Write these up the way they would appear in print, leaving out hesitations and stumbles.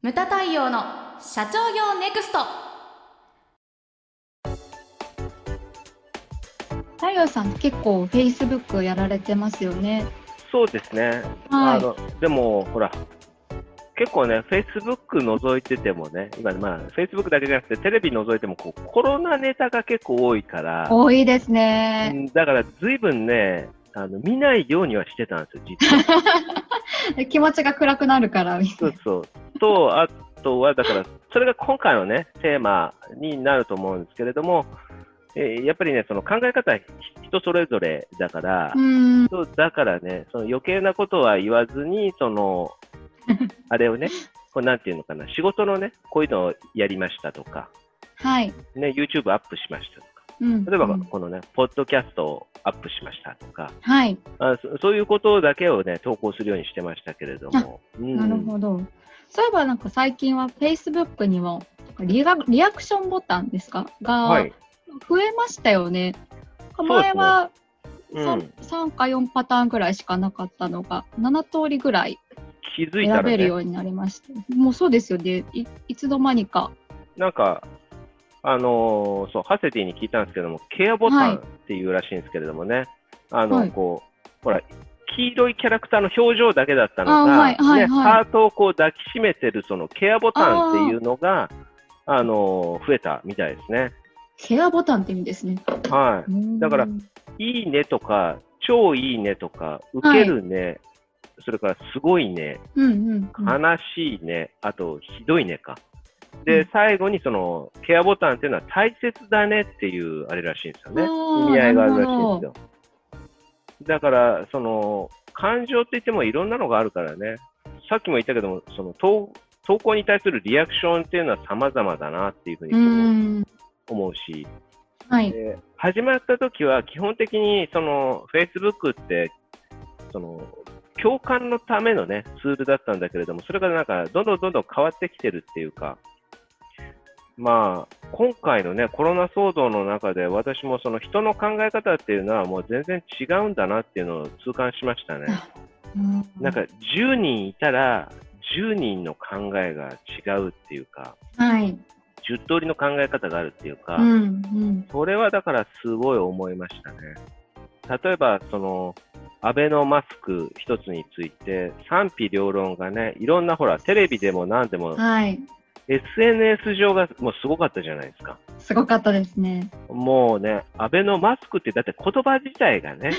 ムタ太陽の社長業ネクスト。 太陽さん結構 Facebook やられてますよね。 そうですね。 はい。 でも、ほら、結構ね、Facebook 覗いててもね、今、Facebook だけじゃなくて、テレビ覗いてもコロナネタが結構多いから、 多いですね。 だから、ずいぶんね、見ないようにはしてたんですよ、実は。 気持ちが暗くなるからみたいな。 そう。あとは、だから、それが今回のね、テーマになると思うんですけれども、やっぱりね、その考え方は人それぞれだから、だからね、その余計なことは言わずに、あれをね、なんていうのかな、仕事のね、こういうのをやりましたとか、 はい。 ね、YouTube アップしましたとか、例えばこのね、ポッドキャストをアップしましたとか、 はい。 そういうことだけをね、投稿するようにしてましたけれども。 なるほど。そういえばなんか最近は Facebook にもリアクションボタンですかが増えましたよね。前は 3か4パターンぐらいしかなかったのが7通りぐらい選べるようになりました。もうそうですよね。いつの間にか。 なんか、ハセティに聞いたんですけども、ケアボタンっていうらしいんですけれどもね、ほら、黄色いキャラクターの表情だけだったのが、ハートを抱きしめてるそのケアボタンっていうのが、増えたみたいですね。 ケアボタンって意味ですね。 はい。だから、いいねとか、超いいねとか、受けるね、それからすごいね、悲しいね、あとひどいねか。で、最後にそのケアボタンっていうのは大切だねっていうあれらしいんですよね。意味合いがあるらしいんですよ。だから、感情って言ってもいろんなのがあるからね。さっきも言ったけども、投稿に対するリアクションっていうのは様々だなっていうふうに思うし、始まった時は基本的にFacebook って共感のためのねツールだったんだけれども、それがなんかどんどん変わってきてるっていうか、今回のねコロナ騒動の中で私もその人の考え方っていうのはもう全然違うんだなっていうのを痛感しましたね。なんか10人いたら10人の考えが違うっていうか、10通りの考え方があるっていうか、それはだからすごい思いましたね。例えばアベノマスク一つについて賛否両論がね、いろんなほらテレビでも何でも、SNS 上がもうすごかったじゃないですか。 すごかったですね。 もうね、アベノマスクってだって言葉自体がね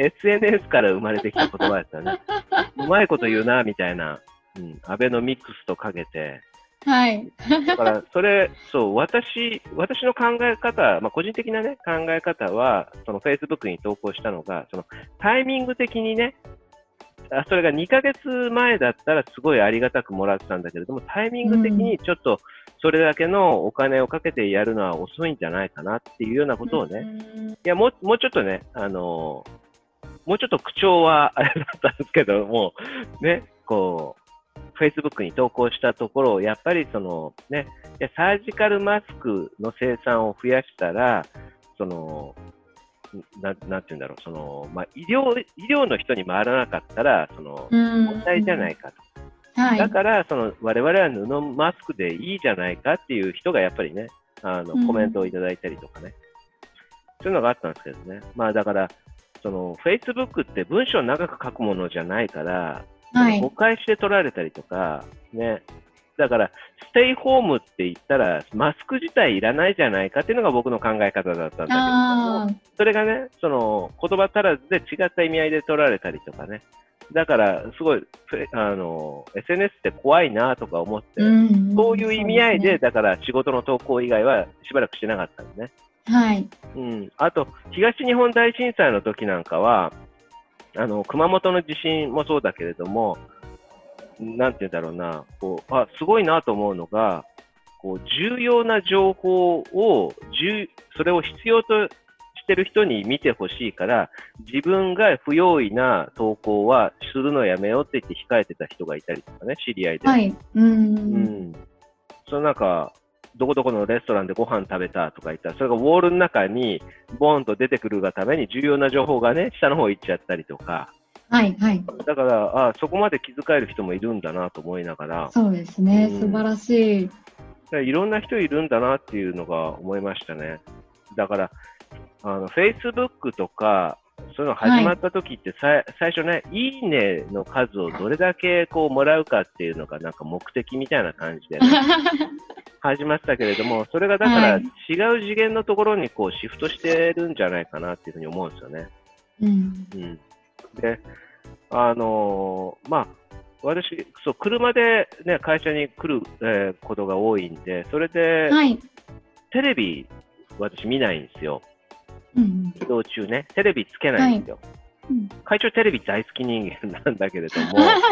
SNS から生まれてきた言葉だったね。うまいこと言うなみたいな、アベノミクスとかけて、だから私の考え方、個人的なね考え方はFacebook に投稿したのがタイミング的にね、それが2ヶ月前だったらすごいありがたくもらってたんだけれども、タイミング的にちょっとそれだけのお金をかけてやるのは遅いんじゃないかなっていうようなことをね、いやもうちょっとね、もうちょっと口調はあれだったんですけどもね、Facebook に投稿したところ、やっぱりサージカルマスクの生産を増やしたら、なんていうんだろう、医療の人に回らなかったら、問題じゃないかと。だから、我々は布マスクでいいじゃないかっていう人がやっぱりね、コメントをいただいたりとかね、そういうのがあったんですけどね。だから、Facebook って文章を長く書くものじゃないから、誤解して取られたりとか、ね。だから、ステイホームって言ったら、マスク自体いらないじゃないかっていうのが僕の考え方だったんだけども、それがね、言葉足らずで違った意味合いで取られたりとかね。だから、すごい、SNS って怖いなとか思って、そういう意味合いで、だから仕事の投稿以外はしばらくしてなかったんですね。あと、東日本大震災の時なんかは、熊本の地震もそうだけれども、なんていうんだろうな、すごいなと思うのが、重要な情報を、それを必要としてる人に見てほしいから、自分が不用意な投稿はするのやめようって言って控えてた人がいたりとかね、知り合いで。なんか、どこどこのレストランでご飯食べたとか言ったら、それがウォールの中にボーンと出てくるがために重要な情報がね、下の方行っちゃったりとか、 はいはい。 だから、そこまで気遣える人もいるんだなと思いながら、 そうですね、素晴らしい。 いろんな人いるんだなっていうのが思いましたね。だから、Facebook とか、そういうの始まった時って、最初ね、いいねの数をどれだけこうもらうかっていうのがなんか目的みたいな感じで、ね、始まったけれども、それがだから違う次元のところにこうシフトしてるんじゃないかなっていうふうに思うんですよね。で、まあ、私、そう、車でね、会社に来る、ことが多いんで、それで、テレビ、私見ないんですよ。移動中ね、テレビつけないんですよ。会長テレビ大好き人間なんだけれども、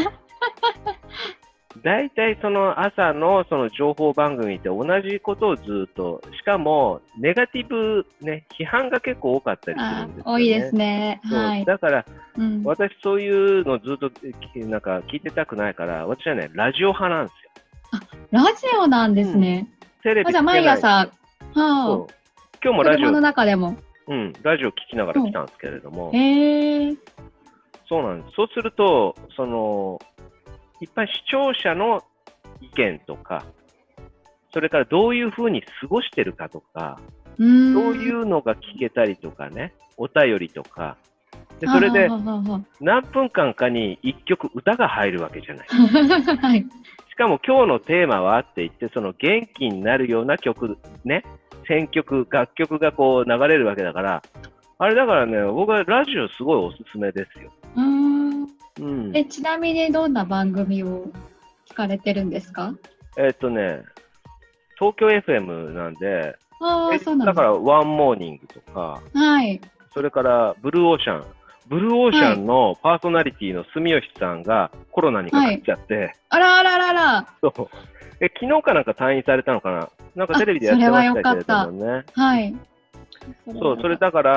大体その朝のその情報番組って同じことをずっと、しかもネガティブ、ね、批判が結構多かったりするんですよね。 多いですね。 だから、私そういうのずっとなんか聞いてたくないから、私はね、ラジオ派なんですよ。 ラジオなんですね。テレビつけない。じゃあ毎朝、 今日もラジオ。 車の中でも。 ラジオ聞きながら来たんですけれども。そうなんです。そうすると、一般視聴者の意見とか、それからどういうふうに過ごしてるかとか、そういうのが聞けたりとかね、お便りとか、でそれで何分間かに1曲歌が入るわけじゃない。しかも今日のテーマはって言って、その元気になるような曲、ね、選曲、楽曲がこう流れるわけだから、あれだからね、僕はラジオすごいおすすめですよ。 ちなみにどんな番組を聞かれてるんですか？ 東京 FM なんで、だからワンモーニングとか、それからブルーオーシャン。ブルーオーシャンのパーソナリティの住吉さんがコロナにかかっちゃって、 あらあららら。 そう。昨日かなんか退院されたのかな？なんかテレビでやってましたけれどもね。そう、それだから、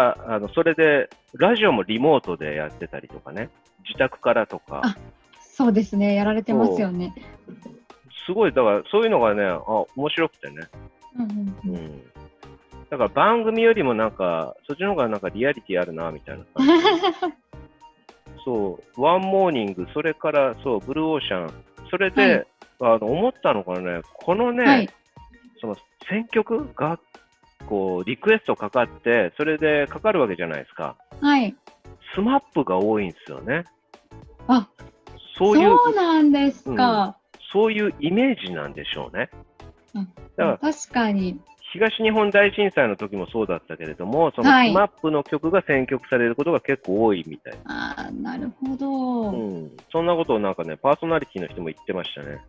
それで、ラジオもリモートでやってたりとかね、自宅からとか。 そうですね、やられてますよね。 すごい、だからそういうのがね、面白くてね。だから番組よりもなんか、そっちの方がなんかリアリティあるな、みたいな感じ。そう、ワンモーニング、それから、そう、ブルーオーシャン。それで、思ったのがね、このね、その選曲が、こうリクエストかかって、それでかかるわけじゃないですか。スマップが多いんですよね。 そうなんですか。 そういうイメージなんでしょうね。 だから確かに。 東日本大震災の時もそうだったけれども、そのスマップの曲が選曲されることが結構多いみたいな。 なるほど。 そんなことをなんかね、パーソナリティの人も言ってましたね。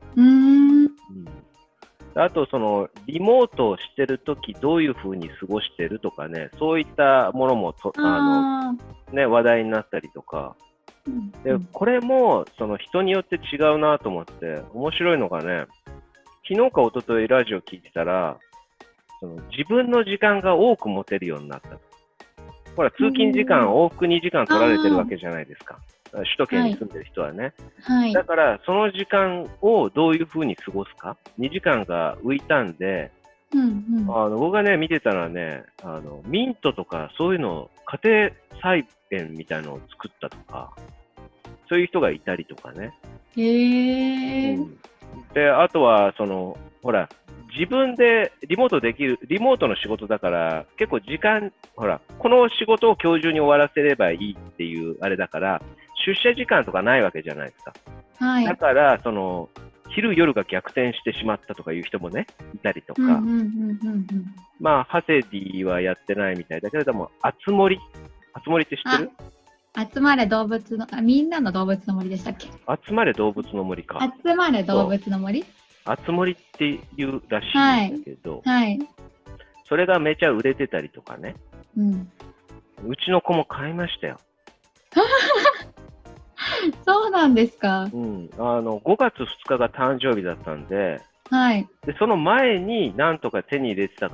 あと、そのリモートをしてるときどういうふうに過ごしてるとかね、そういったものも話題になったりとか、でこれもその人によって違うなと思って、面白いのがね、昨日か一昨日ラジオ聞いてたら、その自分の時間が多く持てるようになった。ほら、通勤時間、往復2時間取られてるわけじゃないですか。首都圏に住んでる人はね。だから、その時間をどういうふうに過ごすか。2時間が浮いたんで、僕がね、見てたらね、ミントとかそういうのを家庭菜園みたいなのを作ったとか、そういう人がいたりとかね。で、あとは、ほら、自分でリモートの仕事だから、結構時間、ほら、この仕事を今日中に終わらせればいいっていうあれだから、出社時間とかないわけじゃないですか。だから、昼夜が逆転してしまったとかいう人もね、いたりとか。まあ、ハセディはやってないみたいだけれども、あつ森って知ってる？ 集まれ動物の、みんなの動物の森でしたっけ？ 集まれ動物の森か。 集まれ動物の森？ あつ森っていうらしいんだけど、それがめちゃ売れてたりとかね。うちの子も買いましたよ。 そうなんですか。 5月2日が誕生日だったんで、でその前になんとか手に入れてたから、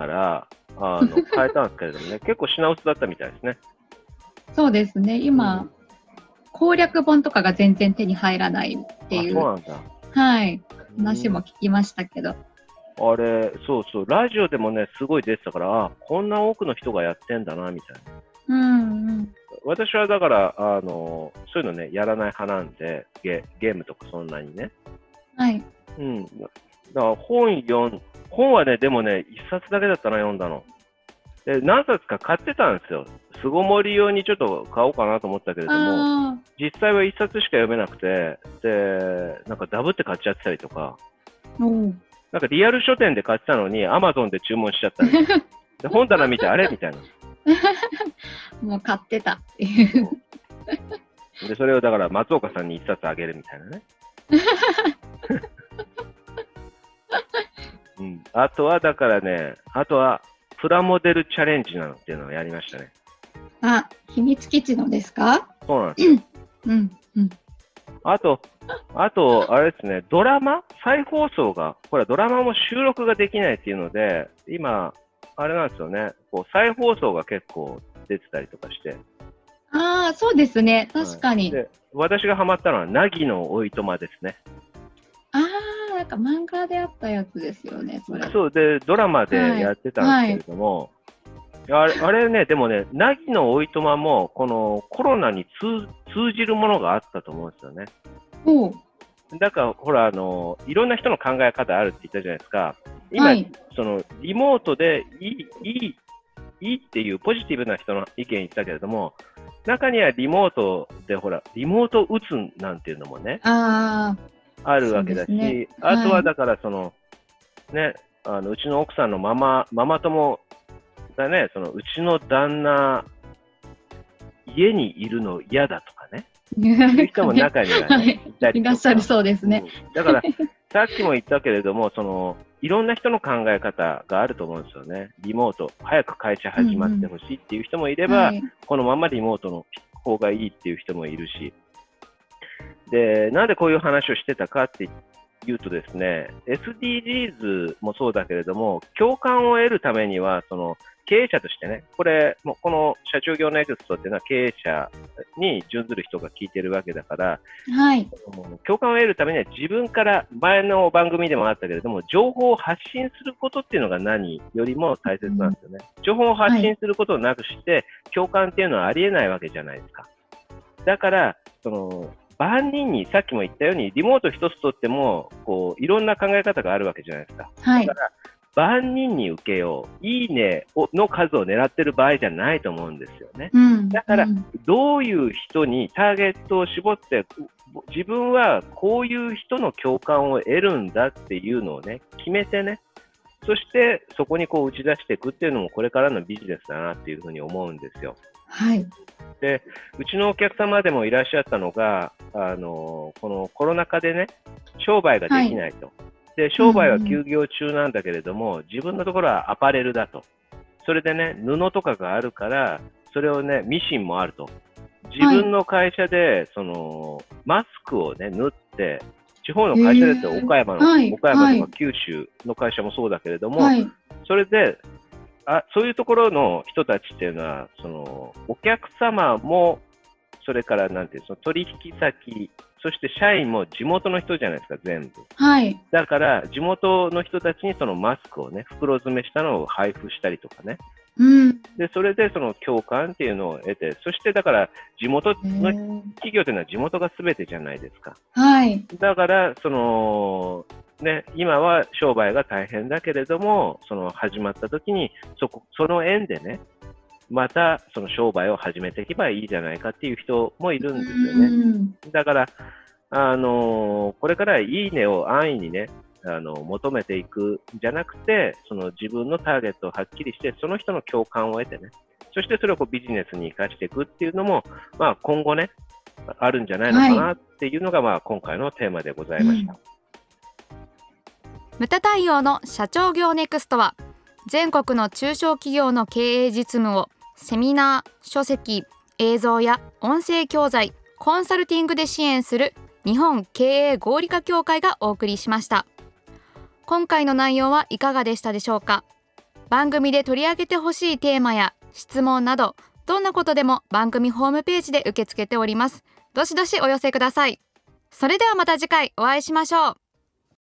買えたんですけれどもね、結構品薄だったみたいですね。 そうですね、今、攻略本とかが全然手に入らないっていう。 そうなんだ。 話も聞きましたけど。 あれ、そうそう、ラジオでもね、すごい出てたから、こんな多くの人がやってんだな、みたいな。 私はだからそういうのねやらない派なんで、ゲームとかそんなにね。 はい。 うん。だから本はね、でもね、一冊だけだったな、読んだの。で、何冊か買ってたんですよ。巣ごもり用にちょっと買おうかなと思ったけれども、実際は一冊しか読めなくて、で、なんかダブって買っちゃってたりとか、なんかリアル書店で買ってたのに、アマゾンで注文しちゃったりで、本棚見て、あれみたいな。 もう買ってたっていう。 で、それをだから松岡さんに一冊あげるみたいなね。うん、あとはだからね、あとはプラモデルチャレンジなんていうのをやりましたね。 あ、秘密基地のですか？ そうなんですよ。 うんうん。 あと、あれですね、ドラマ再放送が、ほら、ドラマも収録ができないっていうので、今、あれなんですよね、こう再放送が結構出てたりとかして。 ああ、そうですね、確かに。 で、私がハマったのは、凪のおいとまですね。 ああ、なんか漫画であったやつですよね、それ。 そうで、ドラマでやってたんですけれども、あれね、でもね、凪のおいとまも、このコロナに通じるものがあったと思うんですよね。だから、ほら、いろんな人の考え方あるって言ったじゃないですか。今、そのリモートでいいっていうポジティブな人の意見言ったけれども、中にはリモートで、ほら、リモート打つなんていうのもね、あるわけだし、ね、あとはだから、ね、うちの奥さんのママ友がね、うちの旦那、家にいるの嫌だとかね、そういう人も中には、ね、いたりとか。 いらっしゃるそうですね。 だから、さっきも言ったけれども、いろんな人の考え方があると思うんですよね。リモート、早く会社始まってほしいっていう人もいれば、このままリモートの方がいいっていう人もいるし。で、なんでこういう話をしてたかっていうとですね、SDGs もそうだけれども、共感を得るためには、経営者としてね、この社長業ネクストっていうのは経営者に準ずる人が聞いてるわけだから、共感を得るためには自分から前の番組でもあったけれども、情報を発信することっていうのが何よりも大切なんですよね。情報を発信することをなくして、共感っていうのはありえないわけじゃないですか。だから、万人に、さっきも言ったように、リモート一つとっても、いろんな考え方があるわけじゃないですか。だから、万人に受けよう、いいねの数を狙ってる場合じゃないと思うんですよね。だから、どういう人にターゲットを絞って、自分はこういう人の共感を得るんだっていうのをね、決めてね、そしてそこに打ち出していくっていうのもこれからのビジネスだなっていうふうに思うんですよ。で、うちのお客様でもいらっしゃったのが、このコロナ禍でね、商売ができないと。で、商売は休業中なんだけれども、自分のところはアパレルだと。それでね、布とかがあるから、それをね、ミシンもあると。自分の会社で、マスクをね、縫って、地方の会社ですよ、岡山とか九州の会社もそうだけれども、それで、そういうところの人たちっていうのは、お客様も、それからなんていう取引先、そして社員も地元の人じゃないですか、全部。だから、地元の人たちにそのマスクをね、袋詰めしたのを配布したりとかね。で、それでその共感っていうのを得て、そしてだから、地元の企業というのは地元が全てじゃないですか。だから、ね、今は商売が大変だけれども、始まった時に、その縁でね、またその商売を始めていけばいいじゃないかっていう人もいるんですよね。だから、これからいいねを安易にね、求めていくんじゃなくて、自分のターゲットをはっきりして、その人の共感を得てね、そしてそれをビジネスに生かしていくっていうのも、今後ね、あるんじゃないのかなっていうのが、今回のテーマでございました。 ムタ太陽の社長業ネクストは、全国の中小企業の経営実務をセミナー、書籍、映像や音声教材、コンサルティングで支援する日本経営合理化協会がお送りしました。今回の内容はいかがでしたでしょうか。番組で取り上げてほしいテーマや質問など、どんなことでも番組ホームページで受け付けております。どしどしお寄せください。それではまた次回お会いしましょう。